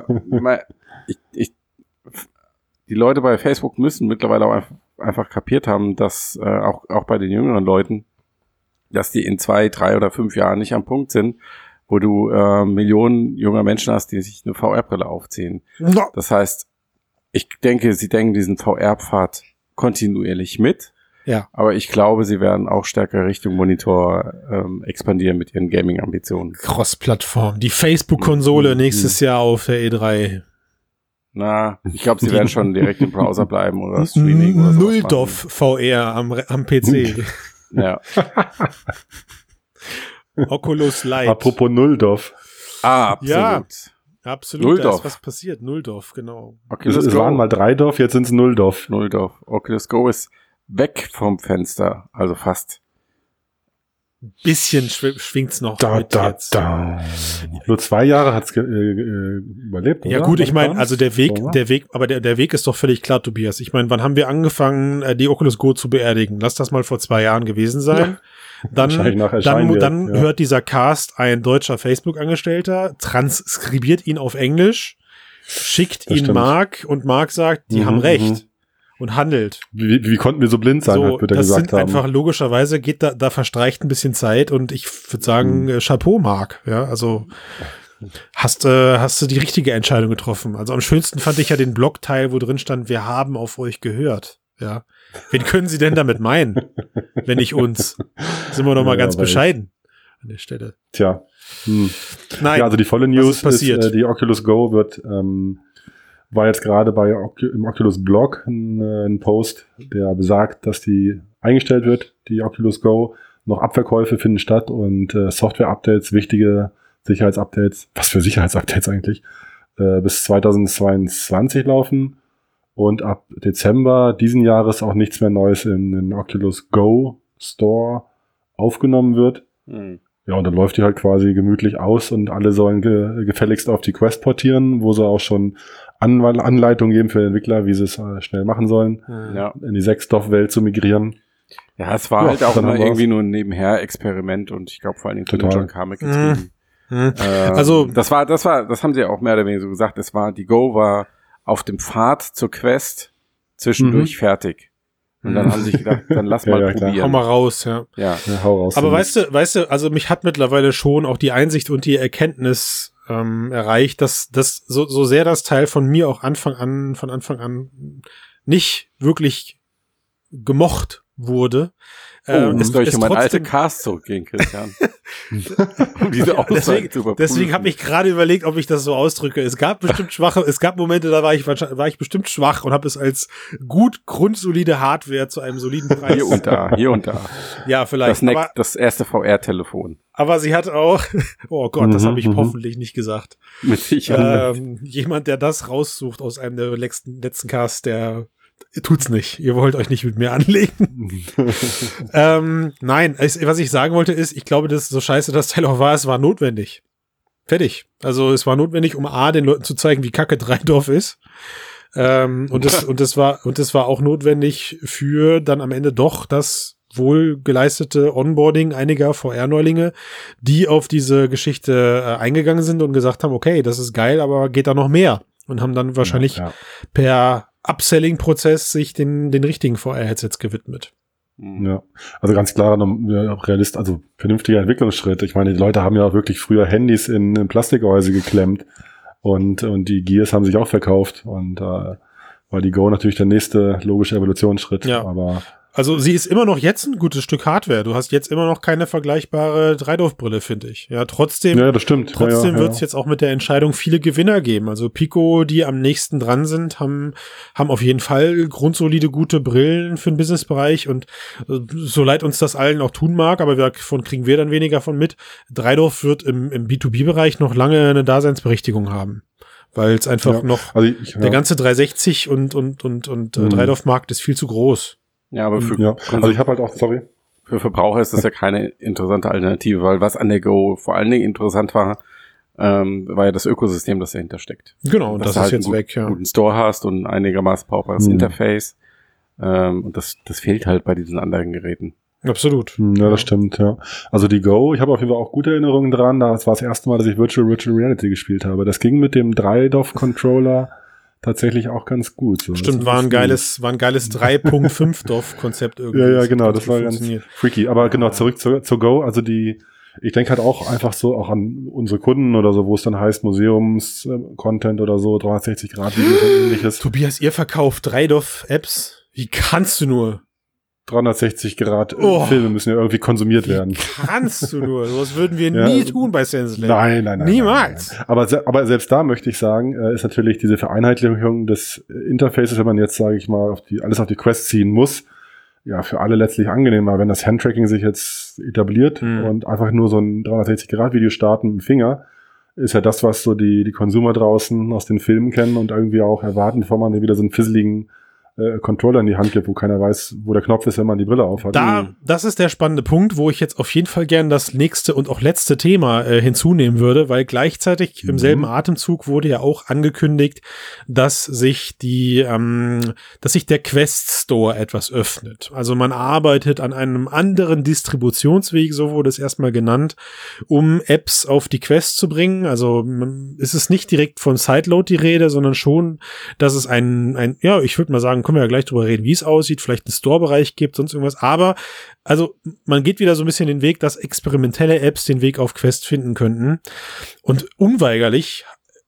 die Leute bei Facebook müssen mittlerweile auch einfach kapiert haben, dass auch bei den jüngeren Leuten, dass die in 2, 3 oder 5 Jahren nicht am Punkt sind, wo du Millionen junger Menschen hast, die sich eine VR-Brille aufziehen. No. Das heißt, ich denke, sie denken diesen VR-Pfad kontinuierlich mit. Ja. Aber ich glaube, sie werden auch stärker Richtung Monitor expandieren mit ihren Gaming-Ambitionen. Cross-Plattform. Die Facebook-Konsole nächstes Jahr auf der E3. Na, ich glaube, sie werden schon direkt im Browser bleiben oder Streaming oder so. Nulldorf VR am PC. Ja. Oculus Light. Apropos Nulldorf. Absolut. Ja, absolut. Nulldorf. Da ist was passiert. Nulldorf, genau. Es waren mal 3 Dorf, jetzt sind es Nulldorf. Oculus Go ist weg vom Fenster, also fast. Bisschen schwingt's noch mit jetzt. Nur 2 Jahre hat's überlebt, oder? Ja gut, ich meine, also der Weg ist doch völlig klar, Tobias. Ich meine, wann haben wir angefangen, die Oculus Go zu beerdigen? Lass das mal vor 2 Jahren gewesen sein. Ja. Dann hört dieser Cast ein deutscher Facebook-Angestellter, transkribiert ihn auf Englisch, schickt ihn Mark und Mark sagt, die haben recht und handelt. Wie konnten wir so blind sein, wird er gesagt haben. Einfach logischerweise da verstreicht ein bisschen Zeit und ich würde sagen, Chapeau, Mark. Ja, also hast du die richtige Entscheidung getroffen. Also am schönsten fand ich ja den Blogteil, wo drin stand, wir haben auf euch gehört. Ja. Wen können Sie denn damit meinen? Wenn nicht uns. Sind wir doch mal ganz bescheiden an der Stelle. Tja. Nein. Ja, also die volle News ist, die Oculus Go war jetzt gerade im Oculus Blog ein Post, der besagt, dass die eingestellt wird, die Oculus Go. Noch Abverkäufe finden statt und Software-Updates, wichtige Sicherheitsupdates, was für Sicherheitsupdates eigentlich, bis 2022 laufen. Und ab Dezember diesen Jahres auch nichts mehr Neues in den Oculus Go Store aufgenommen wird. Ja, und dann läuft die halt quasi gemütlich aus und alle sollen gefälligst auf die Quest portieren, wo sie auch schon Anleitungen geben für Entwickler, wie sie es schnell machen sollen, in die 6-Dorf-Welt zu migrieren. Ja, es war halt auch immer irgendwie nur ein Nebenher-Experiment und ich glaube vor allen Dingen von John Carmack getrieben. Also das haben sie ja auch mehr oder weniger so gesagt, die Go war auf dem Pfad zur Quest zwischendurch fertig. Und dann haben sie sich gedacht, dann lass mal probieren. Hau mal raus, ja. Hau raus. Aber weißt du, also mich hat mittlerweile schon auch die Einsicht und die Erkenntnis erreicht, dass das so sehr das Teil von mir auch von Anfang an nicht wirklich gemocht wurde. Soll ich in meinen alten Cast zurückgehen, Christian? Deswegen habe ich gerade überlegt, ob ich das so ausdrücke. Es gab Momente, da war ich bestimmt schwach und habe es als grundsolide Hardware zu einem soliden Preis. Hier und da. Ja, vielleicht. Das erste VR-Telefon. Aber sie hat auch, oh Gott, das habe ich hoffentlich nicht gesagt. Mit Sicherheit. Jemand, der das raussucht aus einem der letzten Casts, der tut's nicht. Ihr wollt euch nicht mit mir anlegen. Nein, was ich sagen wollte ist, ich glaube, dass so scheiße das Teil auch war, es war notwendig. Fertig. Also es war notwendig, um den Leuten zu zeigen, wie kacke Dreidorf ist. Und das war auch notwendig für dann am Ende doch das wohl geleistete Onboarding einiger VR-Neulinge, die auf diese Geschichte eingegangen sind und gesagt haben, okay, das ist geil, aber geht da noch mehr? Und haben dann wahrscheinlich per Upselling-Prozess sich den richtigen VR-Headsets gewidmet. Ja, also ganz klar, also vernünftiger Entwicklungsschritt. Ich meine, die Leute haben ja auch wirklich früher Handys in Plastikgehäuse geklemmt und die Gears haben sich auch verkauft und war die Go natürlich der nächste logische Evolutionsschritt. Ja. Aber also sie ist immer noch jetzt ein gutes Stück Hardware. Du hast jetzt immer noch keine vergleichbare Dreidorf-Brille, finde ich. Ja, trotzdem. Ja, das stimmt. Trotzdem wird es jetzt auch mit der Entscheidung viele Gewinner geben. Also Pico, die am nächsten dran sind, haben auf jeden Fall grundsolide gute Brillen für den Businessbereich und so leid uns das allen auch tun mag, aber davon kriegen wir dann weniger von mit. Dreidorf wird im B2B-Bereich noch lange eine Daseinsberechtigung haben. Weil es einfach noch, also der ganze 360 und Dreidorf-Markt ist viel zu groß. Ja, aber also ich habe halt auch, für Verbraucher ist das ja keine interessante Alternative, weil was an der Go vor allen Dingen interessant war ja das Ökosystem, das dahinter steckt. Genau, und das ist halt jetzt weg, ja. Guten Store hast und ein einigermaßen brauchbares Interface. Und das fehlt halt bei diesen anderen Geräten. Absolut. Ja, das stimmt, ja. Also die Go, ich habe auf jeden Fall auch gute Erinnerungen dran. Das war das erste Mal, dass ich Virtual Reality gespielt habe. Das ging mit dem Dreidorf-Controller tatsächlich auch ganz gut. So. Stimmt, war ein geiles 3.5 DOF-Konzept irgendwie. Ja, genau, das war ganz freaky. Aber genau, zurück zur Go, also ich denke halt auch einfach so auch an unsere Kunden oder so, wo es dann heißt Museums-Content oder so, 360-Grad-Videos und ähnliches. Tobias, ihr verkauft Dreidorf-Apps? Wie kannst du nur? 360 Grad Filme müssen ja irgendwie konsumiert werden. Kannst du nur. Das würden wir nie tun bei SenseLab. Nein. Niemals. Nein. Aber selbst da möchte ich sagen, ist natürlich diese Vereinheitlichung des Interfaces, wenn man jetzt, sage ich mal, alles auf die Quest ziehen muss, ja, für alle letztlich angenehmer, wenn das Handtracking sich jetzt etabliert und einfach nur so ein 360 Grad Video starten mit dem Finger, ist ja das, was so die Consumer draußen aus den Filmen kennen und irgendwie auch erwarten, bevor man wieder so einen fizzeligen Controller in die Hand gibt, wo keiner weiß, wo der Knopf ist, wenn man die Brille aufhat. Das ist der spannende Punkt, wo ich jetzt auf jeden Fall gern das nächste und auch letzte Thema hinzunehmen würde, weil gleichzeitig im selben Atemzug wurde ja auch angekündigt, dass sich der Quest Store etwas öffnet. Also man arbeitet an einem anderen Distributionsweg, so wurde es erstmal genannt, um Apps auf die Quest zu bringen. Also ist es nicht direkt von Sideload die Rede, sondern schon, dass es ich würde mal sagen, können wir ja gleich drüber reden, wie es aussieht, vielleicht einen Store-Bereich gibt, sonst irgendwas, aber also man geht wieder so ein bisschen den Weg, dass experimentelle Apps den Weg auf Quest finden könnten und unweigerlich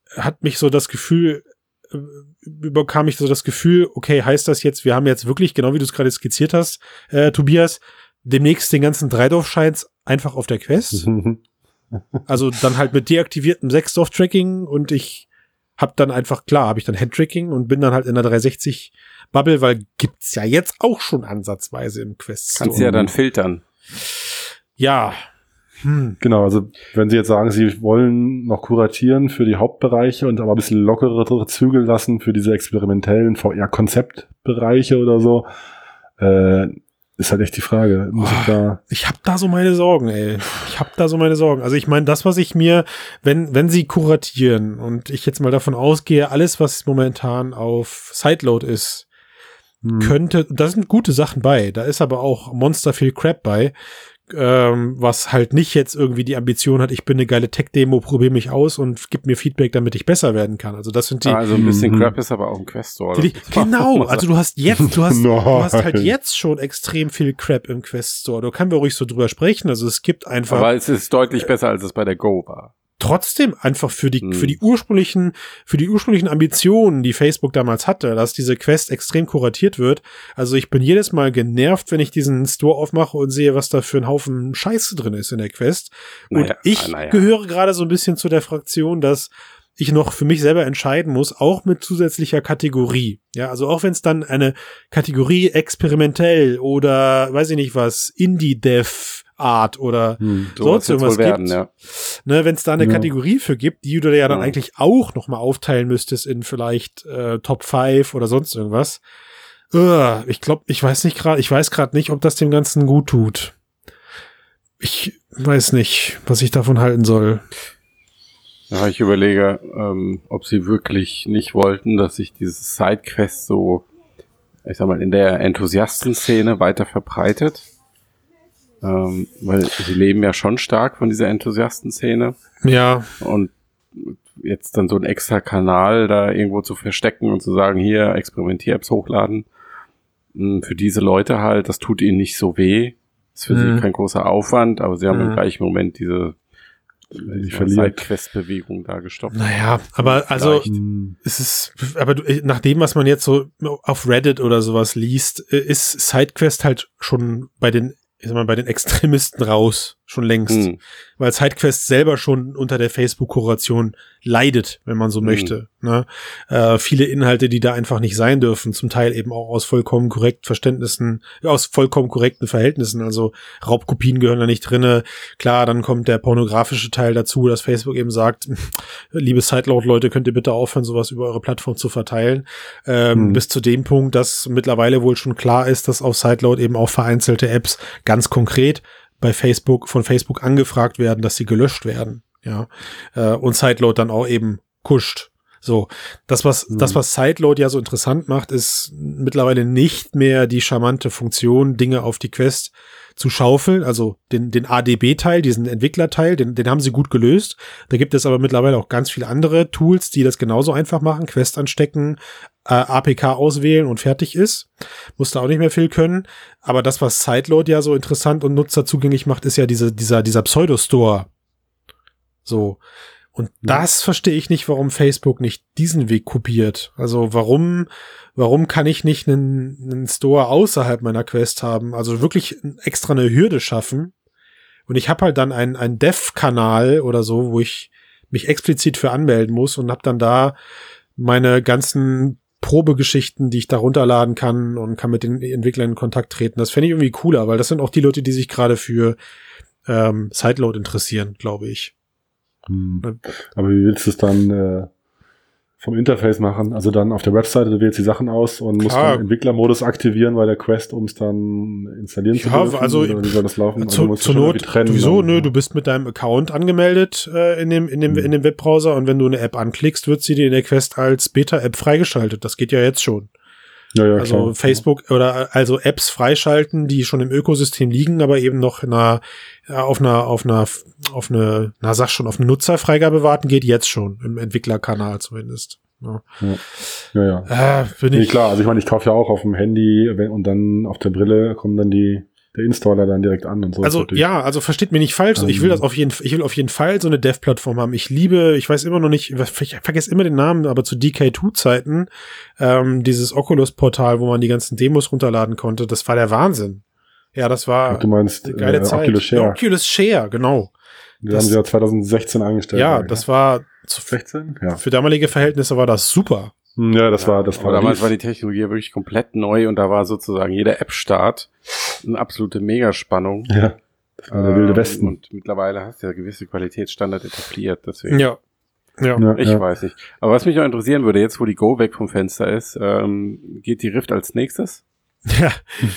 bekam ich so das Gefühl, okay, heißt das jetzt, wir haben jetzt wirklich, genau wie du es gerade skizziert hast, Tobias, demnächst den ganzen Dreidorf-Scheins einfach auf der Quest? Also dann halt mit deaktiviertem 6-Dorf-Tracking und habe dann Handtracking und bin dann halt in der 360-Bubble, weil gibt's ja jetzt auch schon ansatzweise im Quest Store. Kannst du ja dann filtern. Ja. Genau, also wenn Sie jetzt sagen, Sie wollen noch kuratieren für die Hauptbereiche und aber ein bisschen lockerere Zügel lassen für diese experimentellen VR-Konzeptbereiche oder so, ist halt echt die Frage. Ich hab da so meine Sorgen, ey. Also ich meine, das, was ich mir, wenn sie kuratieren und ich jetzt mal davon ausgehe, alles, was momentan auf Sideload ist, könnte, da sind gute Sachen bei. Da ist aber auch Monster viel Crap bei, was halt nicht jetzt irgendwie die Ambition hat, ich bin eine geile Tech-Demo, probiere mich aus und gib mir Feedback, damit ich besser werden kann. Also das sind die. Also ein bisschen Crap ist aber auch im Quest Store. Genau, also du hast halt jetzt schon extrem viel Crap im Quest Store. Da können wir ruhig so drüber sprechen. Also es gibt einfach. Aber es ist deutlich besser, als es bei der Go war. Trotzdem einfach für die ursprünglichen Ambitionen, die Facebook damals hatte, dass diese Quest extrem kuratiert wird. Also ich bin jedes Mal genervt, wenn ich diesen Store aufmache und sehe, was da für ein Haufen Scheiße drin ist in der Quest. Und ich gehöre gerade so ein bisschen zu der Fraktion, dass ich noch für mich selber entscheiden muss, auch mit zusätzlicher Kategorie. Ja, also auch wenn es dann eine Kategorie experimentell oder weiß ich nicht was, Indie-Dev Art oder sonst irgendwas gibt. Ja. Ne, wenn es da eine Kategorie für gibt, die du ja dann eigentlich auch nochmal aufteilen müsstest in vielleicht Top 5 oder sonst irgendwas. Ich weiß gerade nicht, ob das dem Ganzen gut tut. Ich weiß nicht, was ich davon halten soll. Ja, ich überlege, ob sie wirklich nicht wollten, dass sich dieses Sidequest so, ich sag mal, in der Enthusiastenszene weiter verbreitet. Weil sie leben ja schon stark von dieser Enthusiastenszene. Ja. Und jetzt dann so einen extra Kanal da irgendwo zu verstecken und zu sagen, hier, Experimentier-Apps hochladen. Für diese Leute halt, das tut ihnen nicht so weh. Ist für sie kein großer Aufwand, aber sie haben im gleichen Moment diese Sidequest-Bewegung da gestoppt. Naja, aber also nach dem, was man jetzt so auf Reddit oder sowas liest, ist Sidequest halt schon bei den Extremisten raus, schon längst. Weil Sidequest selber schon unter der Facebook-Kuration leidet, wenn man so möchte. Ne? Viele Inhalte, die da einfach nicht sein dürfen, zum Teil eben auch aus vollkommen korrekten Verhältnissen, also Raubkopien gehören da nicht drinne. Klar, dann kommt der pornografische Teil dazu, dass Facebook eben sagt, liebe Sideload-Leute, könnt ihr bitte aufhören, sowas über eure Plattform zu verteilen. Bis zu dem Punkt, dass mittlerweile wohl schon klar ist, dass auf Sideload eben auch vereinzelte Apps ganz konkret von Facebook angefragt werden, dass sie gelöscht werden, ja, und Sideload dann auch eben kuscht. So, das was Sideload ja so interessant macht, ist mittlerweile nicht mehr die charmante Funktion, Dinge auf die Quest zu schaufeln, also den ADB-Teil, diesen Entwicklerteil, den haben sie gut gelöst. Da gibt es aber mittlerweile auch ganz viele andere Tools, die das genauso einfach machen, Quest anstecken, APK auswählen und fertig ist. Muss da auch nicht mehr viel können. Aber das, was Sideload ja so interessant und nutzerzugänglich macht, ist ja dieser Pseudo-Store. So. Und das verstehe ich nicht, warum Facebook nicht diesen Weg kopiert. Also warum kann ich nicht einen Store außerhalb meiner Quest haben? Also wirklich extra eine Hürde schaffen. Und ich habe halt dann einen Dev-Kanal oder so, wo ich mich explizit für anmelden muss und habe dann da meine ganzen Probegeschichten, die ich da runterladen kann und kann mit den Entwicklern in Kontakt treten. Das fände ich irgendwie cooler, weil das sind auch die Leute, die sich gerade für Sideload interessieren, glaube ich. Aber wie willst du es dann vom Interface machen? Also dann auf der Webseite, du wählst die Sachen aus und musst dann Entwicklermodus aktivieren bei der Quest, um es dann installieren zu dürfen? Also oder wie soll das laufen? Zur Not sowieso, du bist mit deinem Account angemeldet in dem Webbrowser und wenn du eine App anklickst, wird sie dir in der Quest als Beta-App freigeschaltet. Das geht ja jetzt schon. Ja, also klar. Facebook oder also Apps freischalten, die schon im Ökosystem liegen, aber eben noch auf eine Nutzerfreigabe warten, geht jetzt schon im Entwicklerkanal zumindest. Ja. Klar, also ich meine, ich kaufe ja auch auf dem Handy und dann auf der Brille kommen dann der Installer dann direkt an und so. Also versteht mich nicht falsch. Ich will auf jeden Fall so eine Dev-Plattform haben. Ich weiß immer noch nicht, ich vergesse immer den Namen, aber zu DK2-Zeiten, dieses Oculus-Portal, wo man die ganzen Demos runterladen konnte, das war der Wahnsinn. Ja, das war du meinst, eine geile Zeit. Oculus Share. Oculus Share, genau. Die haben sie ja 2016 eingestellt. Ja, das war 16? Ja. Für damalige Verhältnisse war das super. Ja, das war damals war die Technologie wirklich komplett neu und da war sozusagen jeder App-Start eine absolute Megaspannung. Ja, das war der wilde Westen. Und mittlerweile hast du ja gewisse Qualitätsstandard etabliert, deswegen. Ja. Ich weiß nicht. Aber was mich noch interessieren würde, jetzt wo die Go weg vom Fenster ist, geht die Rift als nächstes? Ja.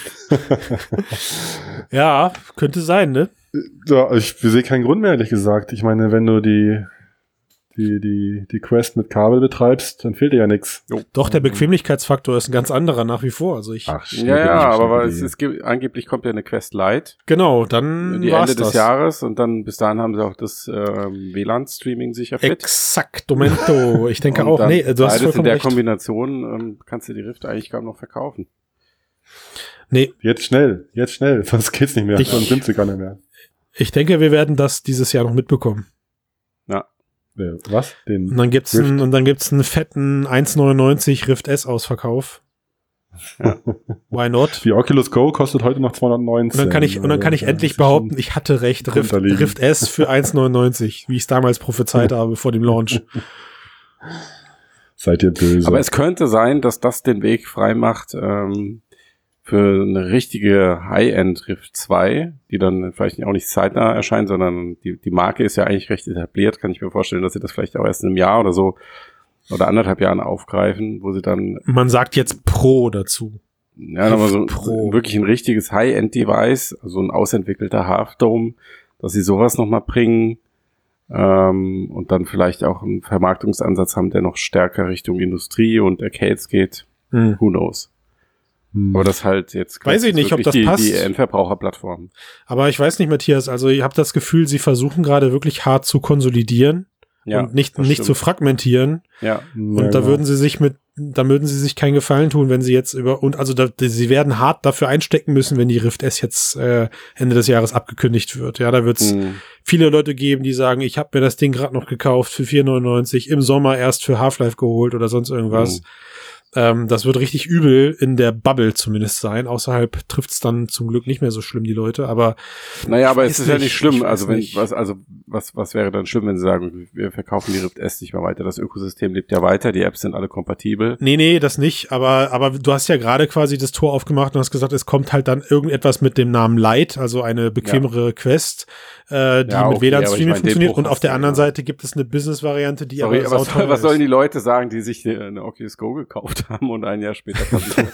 Ja, könnte sein, ne? Ja, ich sehe keinen Grund mehr, ehrlich gesagt. Ich meine, wenn du die Quest mit Kabel betreibst, dann fehlt dir ja nichts. Doch, der Bequemlichkeitsfaktor ist ein ganz anderer nach wie vor. Also aber angeblich kommt ja eine Quest Lite. Genau, dann die Ende des Jahres und dann bis dahin haben sie auch das WLAN-Streaming sicher fit. Exaktomento. Ich denke auch. Nee, du hast vollkommen in der recht. Kombination kannst du die Rift eigentlich kaum noch verkaufen. Nee. Jetzt schnell, sonst geht's nicht mehr, sonst nimmt sie gar nicht mehr. Ich denke, wir werden das dieses Jahr noch mitbekommen. Ja. Was? Und dann gibt's einen fetten 1,99 Rift S Ausverkauf. Ja. Why not? Die Oculus Go kostet heute noch 219. Und dann kann ich endlich behaupten, ich hatte recht. Rift S für 1,99, wie ich es damals prophezeit habe vor dem Launch. Seid ihr böse. Aber es könnte sein, dass das den Weg frei macht für eine richtige High-End Rift 2, die dann vielleicht auch nicht zeitnah erscheint, sondern die Marke ist ja eigentlich recht etabliert. Kann ich mir vorstellen, dass sie das vielleicht auch erst in einem Jahr oder so oder 1,5 Jahren aufgreifen, wo sie dann... Man sagt jetzt Pro dazu. Ja, aber so wirklich ein richtiges High-End-Device, also ein ausentwickelter Half-Dome, dass sie sowas nochmal bringen und dann vielleicht auch einen Vermarktungsansatz haben, der noch stärker Richtung Industrie und Arcades geht. Who knows? Aber das halt jetzt weiß ich nicht, ob das passt. Die Endverbraucherplattform. Aber ich weiß nicht, Matthias, also ich habe das Gefühl, sie versuchen gerade wirklich hart zu konsolidieren und nicht zu fragmentieren. Ja. Und da würden sie sich keinen Gefallen tun, wenn sie jetzt sie werden hart dafür einstecken müssen, wenn die Rift S jetzt Ende des Jahres abgekündigt wird. Ja, da wird es viele Leute geben, die sagen, ich habe mir das Ding gerade noch gekauft für 4,99, im Sommer erst für Half-Life geholt oder sonst irgendwas. Das wird richtig übel in der Bubble zumindest sein. Außerhalb trifft's dann zum Glück nicht mehr so schlimm die Leute, aber naja, aber es ist ja nicht schlimm. Also was wäre dann schlimm, wenn sie sagen, wir verkaufen die Rift S nicht mehr weiter? Das Ökosystem lebt ja weiter, die Apps sind alle kompatibel. Nee, das nicht, aber du hast ja gerade quasi das Tor aufgemacht und hast gesagt, es kommt halt dann irgendetwas mit dem Namen Lite, also eine bequemere Quest, die mit WLAN-Streaming funktioniert, und auf der anderen Seite gibt es eine Business-Variante, die was sollen die Leute sagen, die sich eine Oculus Go gekauft haben und ein Jahr später kann sie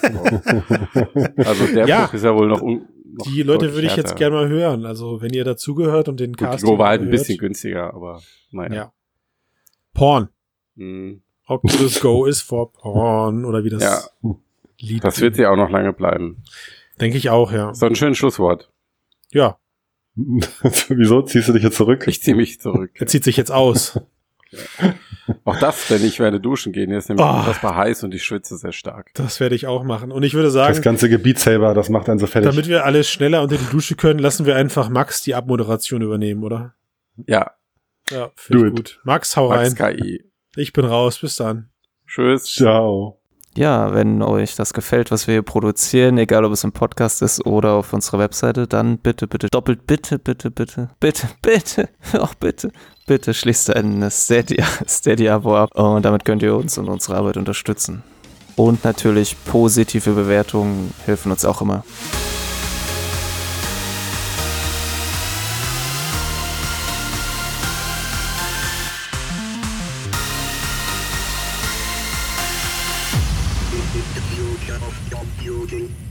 also der Bruch ist ja wohl noch die Leute würde ich jetzt gerne mal hören, also wenn ihr dazugehört und den Cast Go war halt ein bisschen günstiger, aber naja. Ja. Porn. Oculus Go ist for Porn, oder wie das Lied. Das wird sie auch noch lange bleiben. Denke ich auch, ja. So ein schönes Schlusswort. Ja. Wieso ziehst du dich jetzt zurück? Ich ziehe mich zurück. Er zieht sich jetzt aus. Ja. Auch das, denn ich werde duschen gehen. Hier ist nämlich unfassbar heiß und ich schwitze sehr stark. Das werde ich auch machen. Und ich würde sagen, das ganze Gebiet selber, das macht einen so fertig. Damit wir alles schneller unter die Dusche können, lassen wir einfach Max die Abmoderation übernehmen, oder? Ja. Ja, finde ich gut. Max, hau rein. Max KI. Ich bin raus. Bis dann. Tschüss. Ciao. Ja, wenn euch das gefällt, was wir hier produzieren, egal ob es im Podcast ist oder auf unserer Webseite, dann bitte, bitte schließt ein Steady-Abo ab und damit könnt ihr uns und unsere Arbeit unterstützen. Und natürlich positive Bewertungen helfen uns auch immer. The future of computing.